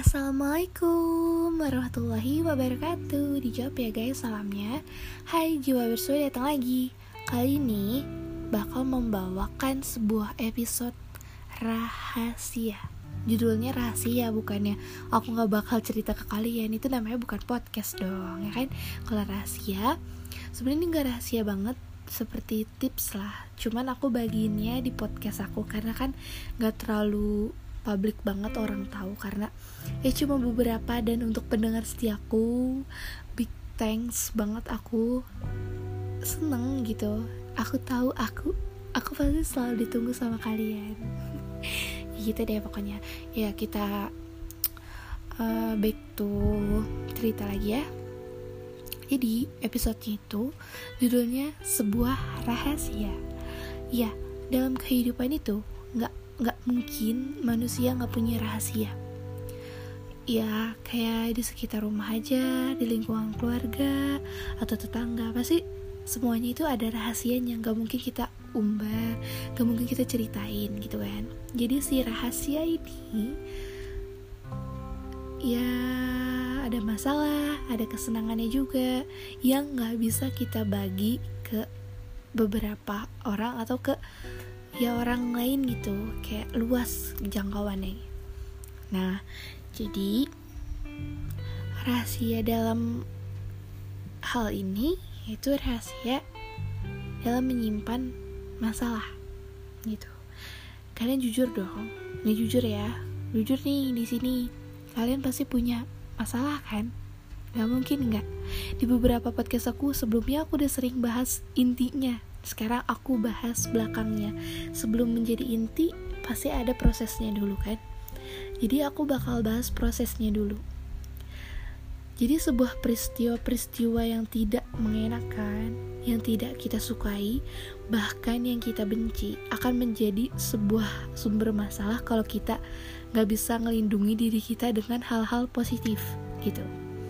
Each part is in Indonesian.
Assalamualaikum warahmatullahi wabarakatuh. Dijawab ya guys salamnya. Hai jiwa bersua, datang lagi. Kali ini bakal membawakan sebuah episode rahasia. Judulnya rahasia, bukannya aku gak bakal cerita ke kalian. Itu namanya bukan podcast dong, ya kan? Kalau rahasia sebenarnya ini gak rahasia banget, seperti tips lah. Cuman aku bagiinnya di podcast aku karena kan gak terlalu publik banget orang tahu, karena cuma beberapa. Dan untuk pendengar setiaku, big thanks banget, aku seneng gitu. Aku tahu aku pasti selalu ditunggu sama kalian. Gitu deh pokoknya. Ya kita back to cerita lagi ya. Jadi episodenya itu judulnya sebuah rahasia. Ya, dalam kehidupan itu nggak mungkin manusia nggak punya rahasia. Ya kayak di sekitar rumah aja, di lingkungan keluarga atau tetangga, pasti semuanya itu ada rahasianya. Nggak mungkin kita umbar, nggak mungkin kita ceritain gitu kan. Jadi si rahasia ini ya ada masalah, ada kesenangannya juga yang nggak bisa kita bagi ke beberapa orang atau ke orang lain gitu, kayak luas jangkauannya. Nah, jadi rahasia dalam hal ini yaitu rahasia dalam menyimpan masalah gitu. Kalian jujur dong, nih jujur ya, jujur nih di sini. Kalian pasti punya masalah kan? Gak mungkin gak? Di beberapa podcast aku sebelumnya aku udah sering bahas intinya. Sekarang aku bahas belakangnya. Sebelum menjadi inti pasti ada prosesnya dulu kan. Jadi aku bakal bahas prosesnya dulu. Jadi sebuah peristiwa yang tidak mengenakan, yang tidak kita sukai, bahkan yang kita benci, akan menjadi sebuah sumber masalah kalau kita gak bisa ngelindungi diri kita dengan hal-hal positif gitu.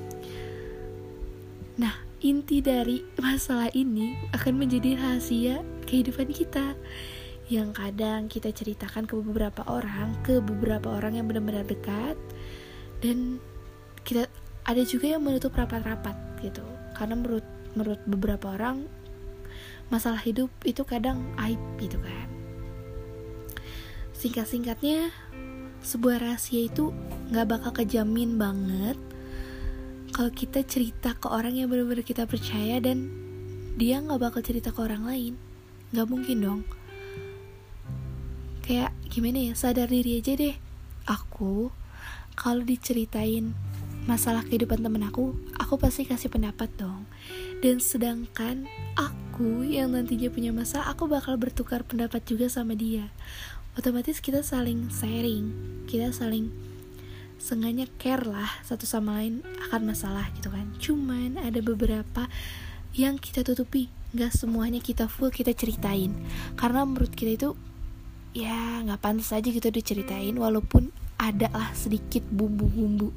Nah, inti dari masalah ini akan menjadi rahasia kehidupan kita yang kadang kita ceritakan ke beberapa orang yang benar-benar dekat, dan kita ada juga yang menutup rapat-rapat gitu. Karena menurut beberapa orang masalah hidup itu kadang aib gitu kan. Singkat-singkatnya, sebuah rahasia itu gak bakal kejamin banget kalau kita cerita ke orang yang benar-benar kita percaya dan dia gak bakal cerita ke orang lain. Gak mungkin dong. Kayak gimana ya, sadar diri aja deh. Aku kalau diceritain masalah kehidupan temen aku pasti kasih pendapat dong. Dan sedangkan aku yang nantinya punya masalah, aku bakal bertukar pendapat juga sama dia. Otomatis kita saling sharing, kita saling sengaja care lah satu sama lain akan masalah gitu kan. Cuman ada beberapa yang kita tutupi, gak semuanya kita full kita ceritain, karena menurut kita itu ya gak pantas aja gitu diceritain. Walaupun ada lah sedikit bumbu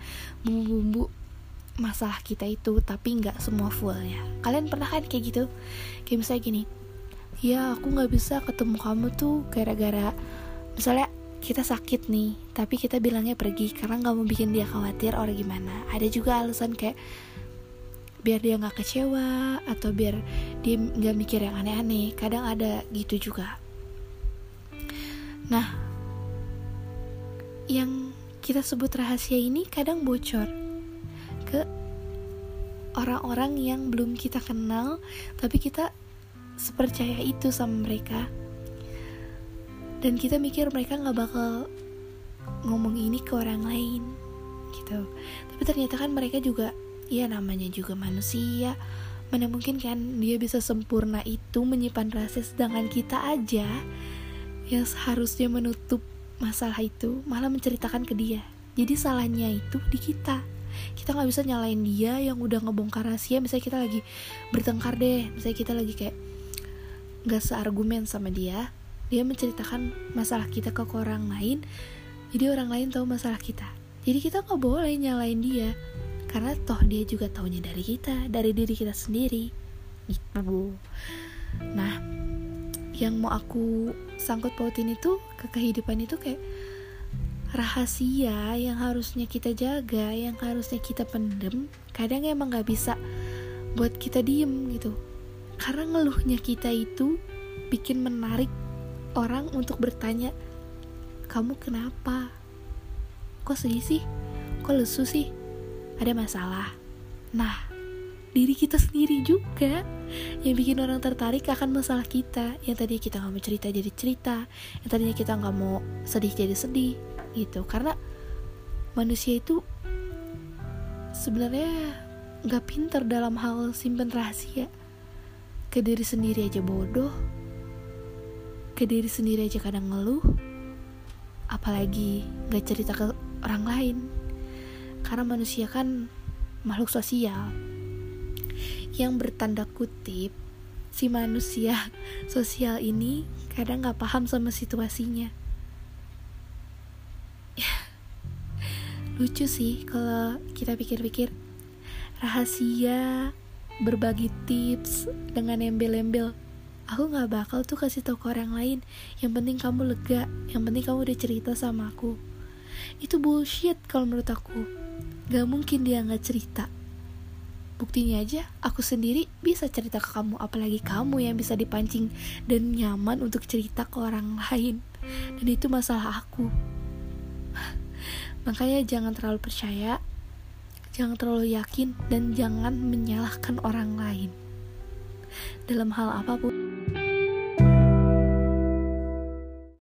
masalah kita itu, tapi gak semua full ya. Kalian pernah kan kayak gitu? Kayak misalnya gini, ya aku gak bisa ketemu kamu tuh gara-gara misalnya kita sakit nih, tapi kita bilangnya pergi karena gak mau bikin dia khawatir orang gimana. Ada juga alasan kayak biar dia gak kecewa, atau biar dia gak mikir yang aneh-aneh. Kadang ada gitu juga. Nah, yang kita sebut rahasia ini kadang bocor ke orang-orang yang belum kita kenal, tapi kita sepercaya itu sama mereka. Dan kita mikir mereka gak bakal ngomong ini ke orang lain gitu. Tapi ternyata kan mereka juga, ya namanya juga manusia, mana mungkin kan dia bisa sempurna itu menyimpan rahasia, sedangkan kita aja yang seharusnya menutup masalah itu malah menceritakan ke dia. Jadi salahnya itu di kita. Kita gak bisa nyalain dia yang udah ngebongkar rahasia. Misalnya kita lagi bertengkar deh, misalnya kita lagi kayak gak seargumen sama dia, dia menceritakan masalah kita ke orang lain, jadi orang lain tahu masalah kita. Jadi kita gak boleh nyalain dia, karena toh dia juga taunya dari kita, dari diri kita sendiri gitu. Nah, yang mau aku sangkut pautin itu ke kehidupan itu kayak rahasia yang harusnya kita jaga, yang harusnya kita pendem, kadang emang gak bisa buat kita diem gitu. Karena ngeluhnya kita itu bikin menarik orang untuk bertanya, kamu kenapa? Kok sedih sih? Kok lesu sih? Ada masalah? Nah, diri kita sendiri juga yang bikin orang tertarik akan masalah kita. Yang tadinya kita gak mau cerita jadi cerita, yang tadinya kita gak mau sedih jadi sedih gitu. Karena manusia itu sebenarnya gak pintar dalam hal simpen rahasia. Ke diri sendiri aja bodoh, ke diri sendiri aja kadang ngeluh, apalagi gak cerita ke orang lain. Karena manusia kan makhluk sosial yang bertanda kutip, si manusia sosial ini kadang gak paham sama situasinya. Lucu sih kalau kita pikir-pikir, rahasia, berbagi tips dengan embel-embel, aku gak bakal tuh kasih tau ke orang lain, yang penting kamu lega, yang penting kamu udah cerita sama aku. Itu bullshit kalau menurut aku. Gak mungkin dia gak cerita. Buktinya aja aku sendiri bisa cerita ke kamu, apalagi kamu yang bisa dipancing dan nyaman untuk cerita ke orang lain. Dan itu masalah aku. Makanya jangan terlalu percaya, jangan terlalu yakin, dan jangan menyalahkan orang lain dalam hal apapun.